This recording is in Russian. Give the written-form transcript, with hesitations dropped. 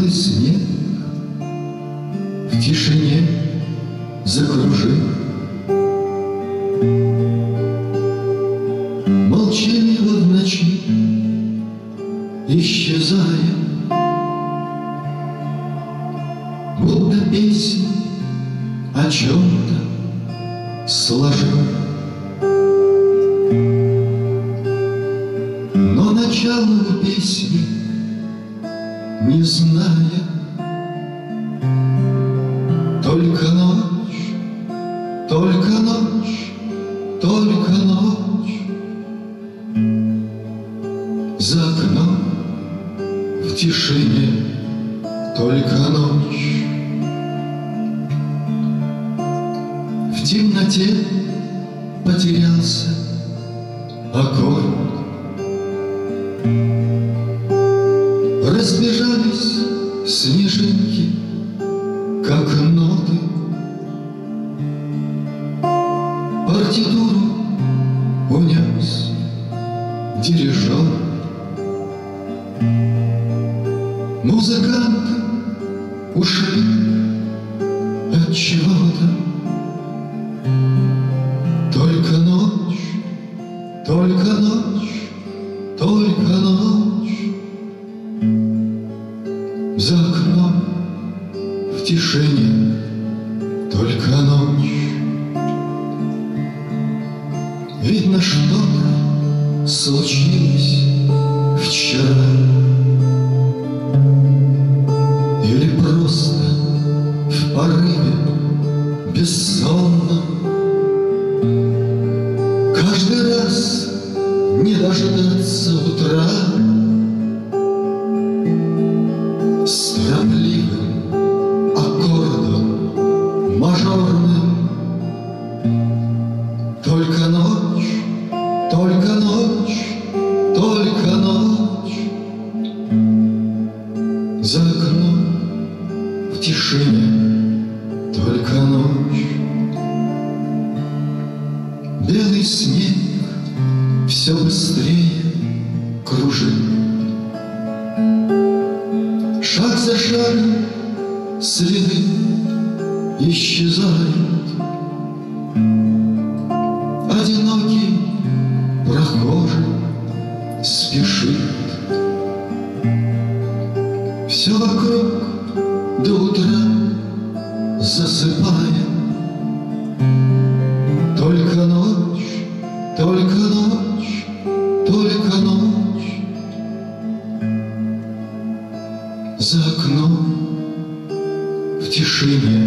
Белый снег в тишине закружил, молчаливо в ночи исчезая, будто песнь о чем-то сложил. Но начало песни не зная, только ночь, только ночь, только ночь. За окном в тишине только ночь. В темноте потерялся аккорд. Разбежались снежинки, как ноты. Партитуру унес дирижер. Музыканты ушли от чего-то. Только ночь, только ночь, только ночь. За окном в тишине только ночь. Видно, что-то случилось вчера, или просто в порыве бессонном каждый раз не дождаться утра с торопливым аккордом мажорным. Только ночь, только ночь, только ночь. За окном в тишине только ночь. Белый снег все быстрее кружит. Шаг за шагом следы исчезают. Одинокий прохожий спешит. Все вокруг до утра засыпая. Только ночь, только ночь, только ночь. За окном в тишине